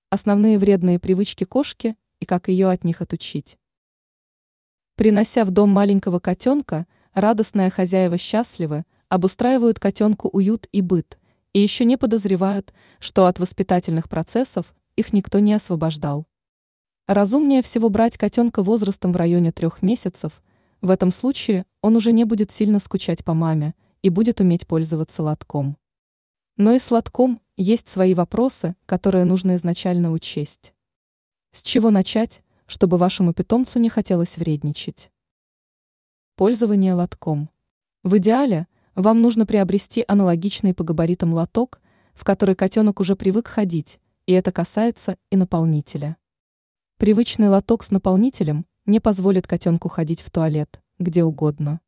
Основные вредные привычки кошки и как ее от них отучить. Принося в дом маленького котенка, радостные хозяева счастливы, обустраивают котенку уют и быт, и еще не подозревают, что от воспитательных процессов их никто не освобождал. Разумнее всего брать котенка возрастом в районе 3 месяцев, в этом случае он уже не будет сильно скучать по маме и будет уметь пользоваться лотком. Но и с лотком есть свои вопросы, которые нужно изначально учесть. С чего начать, чтобы вашему питомцу не хотелось вредничать? Пользование лотком. В идеале вам нужно приобрести аналогичный по габаритам лоток, в который котенок уже привык ходить, и это касается и наполнителя. Привычный лоток с наполнителем не позволит котенку ходить в туалет, где угодно.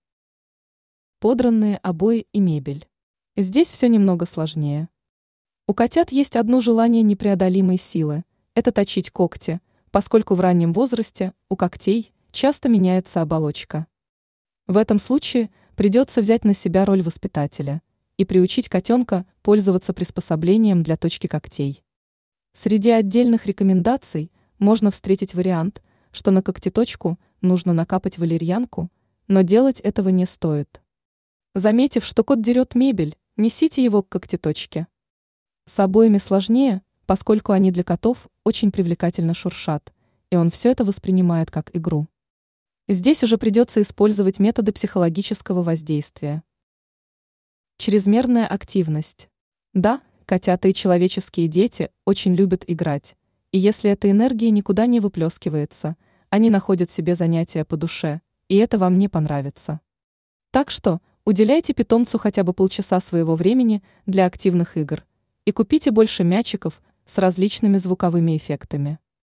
Подранные обои и мебель. Здесь все немного сложнее. У котят есть одно желание непреодолимой силы – это точить когти, поскольку в раннем возрасте у когтей часто меняется оболочка. В этом случае придется взять на себя роль воспитателя и приучить котенка пользоваться приспособлением для точки когтей. Среди отдельных рекомендаций можно встретить вариант, что на когтеточку нужно накапать валерьянку, но делать этого не стоит. Заметив, что кот дерет мебель, несите его к когтеточке. С обоями сложнее, поскольку они для котов очень привлекательно шуршат, и он все это воспринимает как игру. Здесь уже придется использовать методы психологического воздействия. Чрезмерная активность. Да, котята и человеческие дети очень любят играть, и если эта энергия никуда не выплескивается, они находят себе занятия по душе, и это вам не понравится. Так что уделяйте питомцу хотя бы полчаса своего времени для активных игр и купите больше мячиков с различными звуковыми эффектами.